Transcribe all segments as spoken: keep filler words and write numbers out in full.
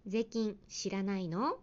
税金知らないの？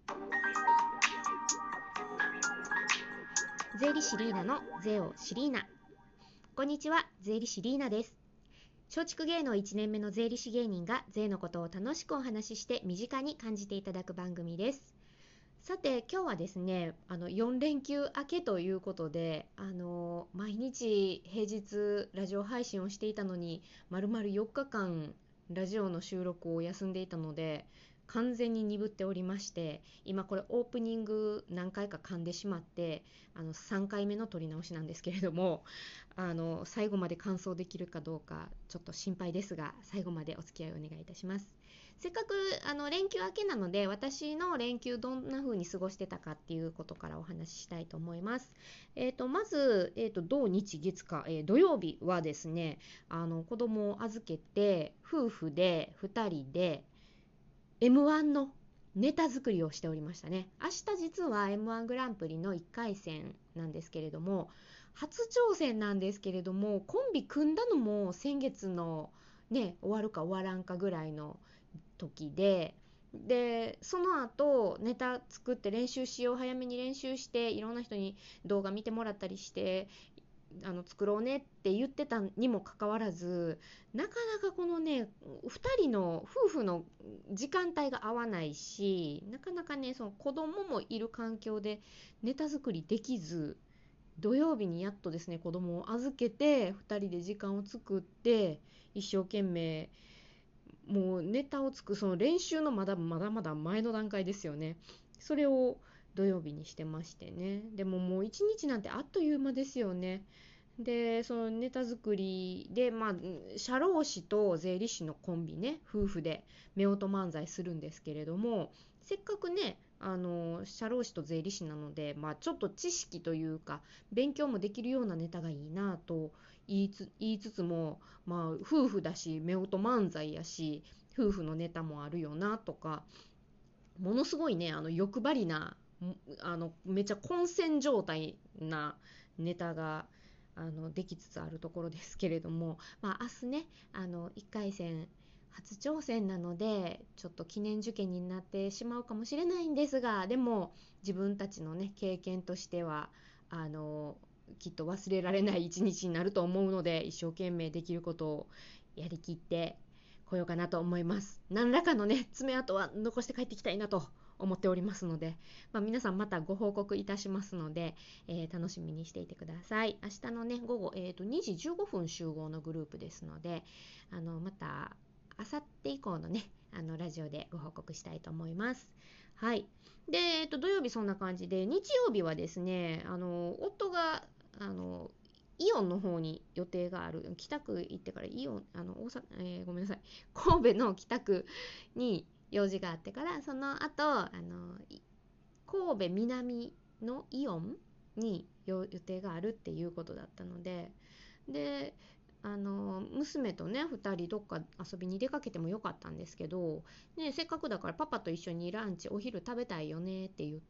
税理士リーナの税をシリーナ。こんにちは、税理士リーナです。松竹芸能いちねんめの税理士芸人が税のことを楽しくお話しして身近に感じていただく番組です。さて今日はですね、あのよん連休明けということで、あの毎日平日ラジオ配信をしていたのに丸々よっかかんラジオの収録を休んでいたので完全に鈍っておりまして、今これオープニング何回か噛んでしまって、あのさんかいめの撮り直しなんですけれども、あの最後まで完走できるかどうかちょっと心配ですが、最後までお付き合いお願いいたします。せっかくあの連休明けなので、私の連休どんな風に過ごしてたかっていうことからお話ししたいと思います。えー、とまず、えー、と土日月火、えー土曜日はですね、あの子供を預けて夫婦でふたりで エムワン のネタ作りをしておりましたね。明日実は エムワン グランプリのいっかい戦なんですけれども、初挑戦なんですけれども、コンビ組んだのも先月のね、終わるか終わらんかぐらいの時で、でその後ネタ作って練習しよう、早めに練習していろんな人に動画見てもらったりしてあの作ろうねって言ってたにもかかわらず、なかなかこのねふたりの夫婦の時間帯が合わないし、なかなかねその子供もいる環境でネタ作りできず、土曜日にやっとですね子供を預けてふたりで時間を作って一生懸命もうネタをつくその練習のまだまだまだ前の段階ですよね。それを土曜日にしてましてね。でももう一日なんてあっという間ですよね。でそのネタ作りで、まあ社労士と税理士のコンビね、夫婦で夫婦漫才するんですけれども、せっかくねあの社労士と税理士なので、まあ、ちょっと知識というか勉強もできるようなネタがいいなと言いつ言いつつも、まあ、夫婦だし夫婦漫才やし夫婦のネタもあるよなとか、ものすごいねあの欲張りな、あのめっちゃ混戦状態なネタがあのできつつあるところですけれども、まあ、明日ねあのいっかい戦初挑戦なのでちょっと記念受験になってしまうかもしれないんですが、でも自分たちのね経験としてはあのきっと忘れられない一日になると思うので、一生懸命できることをやりきってこようかなと思います。何らかのね爪痕は残して帰ってきたいなと思っておりますので、まあ、皆さんまたご報告いたしますので、えー楽しみにしていてください。明日のね午後、えー、とにじじゅうごふん集合のグループですので、あのまたあさって以降のねあのラジオでご報告したいと思います。はい。で、えっと、土曜日そんな感じで、日曜日はですね、あの夫があのイオンの方に予定がある、北区行ってからイオン、あの大阪、えーごめんなさい、神戸の北区に用事があってから、その後あの神戸南のイオンに予定があるっていうことだったので、であの娘とねふたりどっか遊びに出かけてもよかったんですけど、ね、せっかくだからパパと一緒にランチお昼食べたいよねって言って、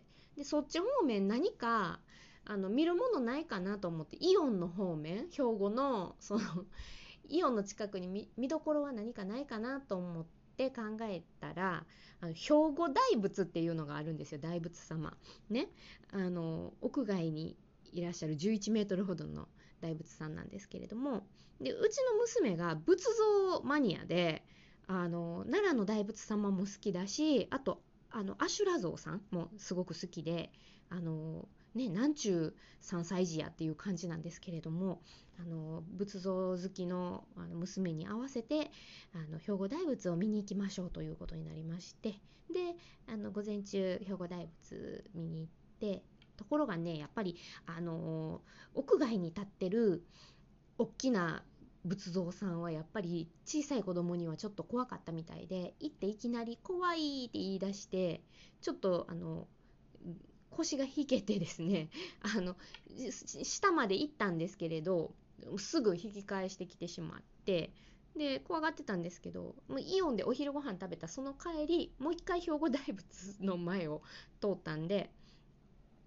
でそっち方面何かあの見るものないかなと思って、イオンの方面、兵庫のそのイオンの近くに 見, 見どころは何かないかなと思って考えたら、あの兵庫大仏っていうのがあるんですよ。大仏様ね、あの屋外にいらっしゃるじゅういちメートルほどの大仏さんなんですけれども、でうちの娘が仏像マニアで、あの奈良の大仏様も好きだし、あとあの阿修羅像さんもすごく好きで、あのね、なんちゅうさんさい児やっていう感じなんですけれども、あの仏像好きのあの娘に合わせてあの兵庫大仏を見に行きましょうということになりまして、であの午前中兵庫大仏見に行って、ところがねやっぱりあの屋外に立ってる大きな仏像さんはやっぱり小さい子供にはちょっと怖かったみたいで、行っていきなり怖いって言い出して、ちょっとあの腰が引けてですね、あの下まで行ったんですけれどすぐ引き返してきてしまって、で怖がってたんですけど、もうイオンでお昼ご飯食べたその帰りもう一回兵庫大仏の前を通ったんで、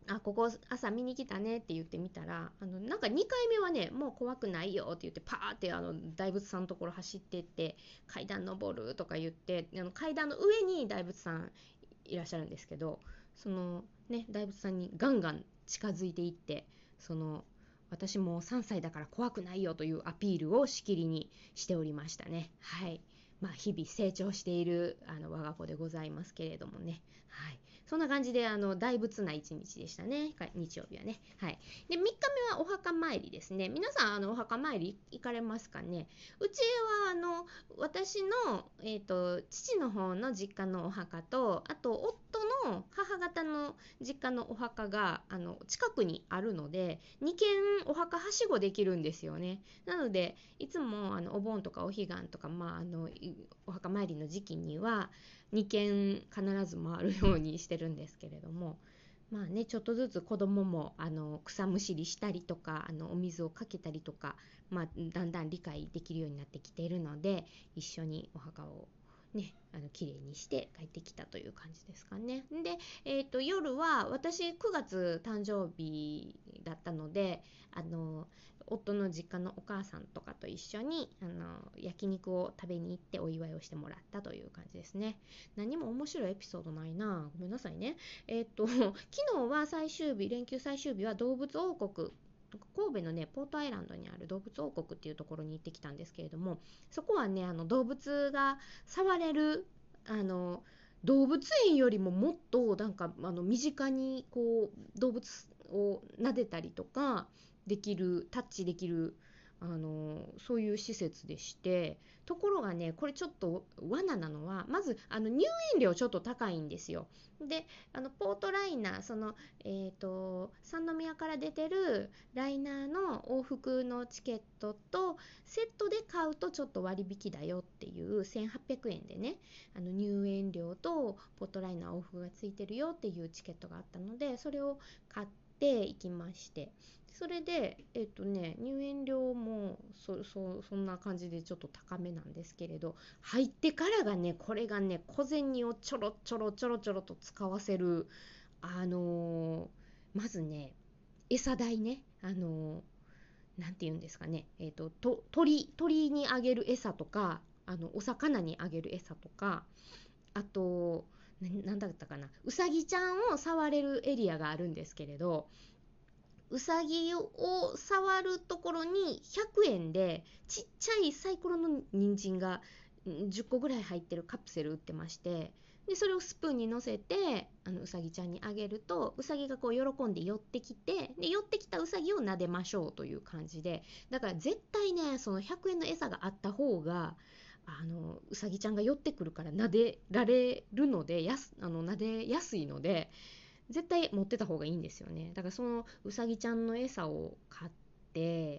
あ、ここ朝見に来たねって言ってみたら、あのなんかにかいめはね、もう怖くないよって言ってパーってあの大仏さんのところ走ってって階段登るとか言って、あの階段の上に大仏さんいらっしゃるんですけど、そのね大仏さんにガンガン近づいていって、その私もさんさいだから怖くないよというアピールをしきりにしておりましたね。はい。まあ、日々成長しているあの我が子でございますけれどもね。はい。そんな感じで、あの、大仏な一日でしたね。日曜日はね。はい。で、みっかめはお墓参りですね。皆さん、あの、お墓参り行かれますかね。うちは、あの、私の、えっと、父の方の実家のお墓と、あと、夫の母方の実家のお墓が、あの、近くにあるので、にけんお墓はしごできるんですよね。なので、いつも、あの、お盆とかお彼岸とか、まあ、あの、お墓参りの時期には、にけん必ず回るようにしてるんですけれども、まあね、ちょっとずつ子供もあの草むしりしたりとか、あのお水をかけたりとか、まあ、だんだん理解できるようになってきているので、一緒にお墓をね、あの綺麗にして帰ってきたという感じですかね。で、えーと、夜は私くがつ誕生日だったので、あの夫の実家のお母さんとかと一緒にあの焼肉を食べに行ってお祝いをしてもらったという感じですね。何も面白いエピソードないな、ごめんなさいね。えっと昨日は最終日、連休最終日は動物王国、神戸のねポートアイランドにある動物王国っていうところに行ってきたんですけれども、そこはねあの動物が触れる、あの動物園よりももっとなんかあの身近にこう動物を撫でたりとかできる、タッチできる、あのそういう施設でして、ところがねこれちょっと罠なのは、まずあの入園料ちょっと高いんですよ。で、あのポートライナー、そのえっ、と三宮から出てるライナーの往復のチケットとセットで買うとちょっと割引だよっていうせんはっぴゃくえんでね、あの入園料とポートライナー往復がついてるよっていうチケットがあったので、それを買っていきまして、それでえっとね入園料もそそそんな感じでちょっと高めなんですけれど、入ってからがね、これがね小銭をちょろちょろちょろちょろと使わせる、あのーまずね餌代ね、あのーなんて言うんですかね、えっとと鳥鳥にあげる餌とか、あのお魚にあげる餌とか、あとななんだったかな、うさぎちゃんを触れるエリアがあるんですけれど、うさぎを触るところにひゃくえんでちっちゃいサイコロの人参がじゅっこぐらい入ってるカプセル売ってまして、でそれをスプーンにのせてあのうさぎちゃんにあげると、うさぎがこう喜んで寄ってきて、で寄ってきたうさぎを撫でましょうという感じで、だから絶対ねそのひゃくえんの餌があった方が、あのうさぎちゃんが寄ってくるから撫でられるので、やすあの撫でやすいので、絶対持ってた方がいいんですよね。だからそのうさぎちゃんの餌を買って、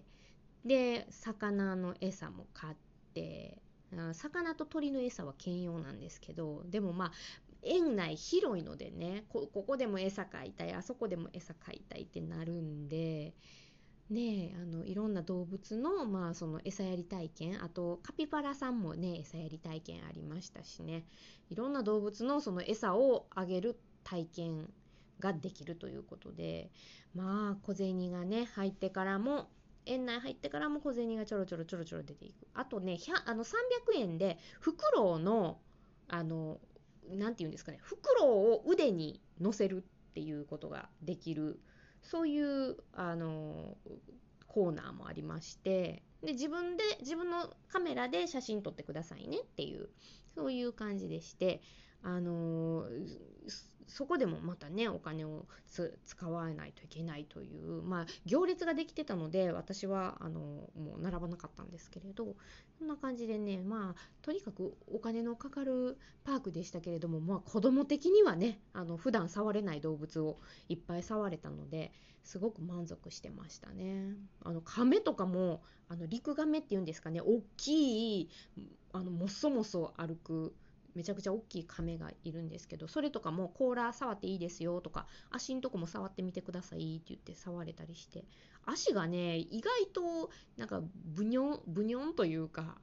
で魚の餌も買って、魚と鳥の餌は兼用なんですけど、でもまあ園内広いのでね、こここでも餌買いたい、あそこでも餌買いたいってなるんで、ねえ、あのいろんな動物の、まあ、その餌やり体験、あとカピバラさんもね餌やり体験ありましたしね、いろんな動物のその餌をあげる体験ができるということで、まあ小銭がね入ってからも、園内入ってからも小銭がちょろちょろちょろちょろ出ていく。あとね、あのさんびゃくえんでフクロウのあのなんていうんですかね、フクロウを腕に乗せるっていうことができる、そういうあのコーナーもありまして、で自分で自分のカメラで写真撮ってくださいねっていう、そういう感じでして、あのそこでもまたねお金をつ使わないといけないという、まあ行列ができてたので私はあのもう並ばなかったんですけれど、そんな感じでね、まあとにかくお金のかかるパークでしたけれども、まあ子供的にはね、あの普段触れない動物をいっぱい触れたのですごく満足してましたね。あの亀とかも、あの陸亀っていうんですかね、大きいあのもっそもそ歩くめちゃくちゃ大きい亀がいるんですけど、それとかも甲羅触っていいですよとか、足んとこも触ってみてくださいって言って触れたりして、足がね意外となんかブニョンブニョンというか、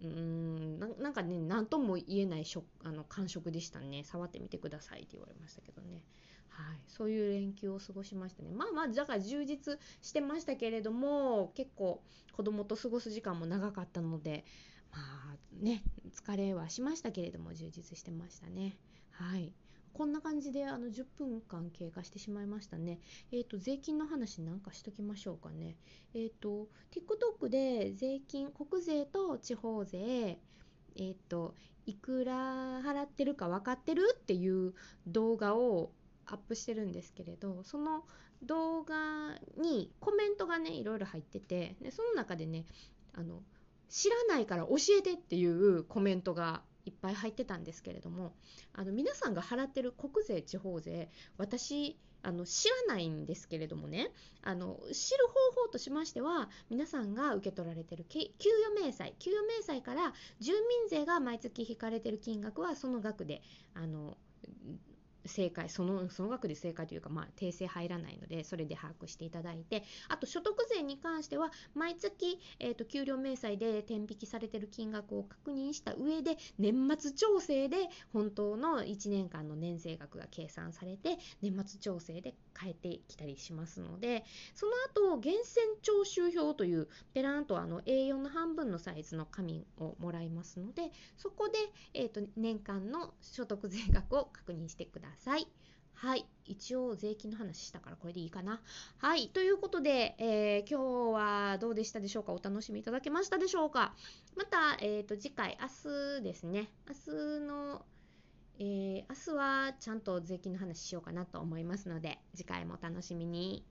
うーんな、なんかね、なんとも言えない食あの感触でしたね。触ってみてくださいって言われましたけどね。はい、そういう連休を過ごしましたね。まあまあ、だから充実してましたけれども、結構子供と過ごす時間も長かったので、まあね、疲れはしましたけれども、充実してましたね。はい。こんな感じであのじゅっぷんかん経過してしまいましたね。えっと、税金の話なんかしときましょうかね。えっと、TikTok で税金、国税と地方税、えっと、いくら払ってるか分かってるっていう動画をアップしてるんですけれど、その動画にコメントがね、いろいろ入ってて、でその中でね、あの、知らないから教えてっていうコメントがいっぱい入ってたんですけれども、あの皆さんが払ってる国税、地方税、私、あの知らないんですけれどもね、あの知る方法としましては、皆さんが受け取られている給与明細給与明細から住民税が毎月引かれている金額はその額であの正解そのその額で正解というか、まあ、訂正入らないのでそれで把握していただいて、あと所得税に関しては毎月、えー、と給料明細で天引きされている金額を確認した上で年末調整で本当のいちねんかんの年税額が計算されて年末調整で変えてきたりしますので、その後源泉徴収票というペラーンとあの エーよん の半分のサイズの紙をもらいますので、そこで、えー、と年間の所得税額を確認してください。はい、一応税金の話したからこれでいいかな。はい、ということで、えー今日はどうでしたでしょうか。お楽しみいただけましたでしょうか。また、えー、と次回明日ですね、明日のえー明日はちゃんと税金の話しようかなと思いますので、次回もお楽しみに。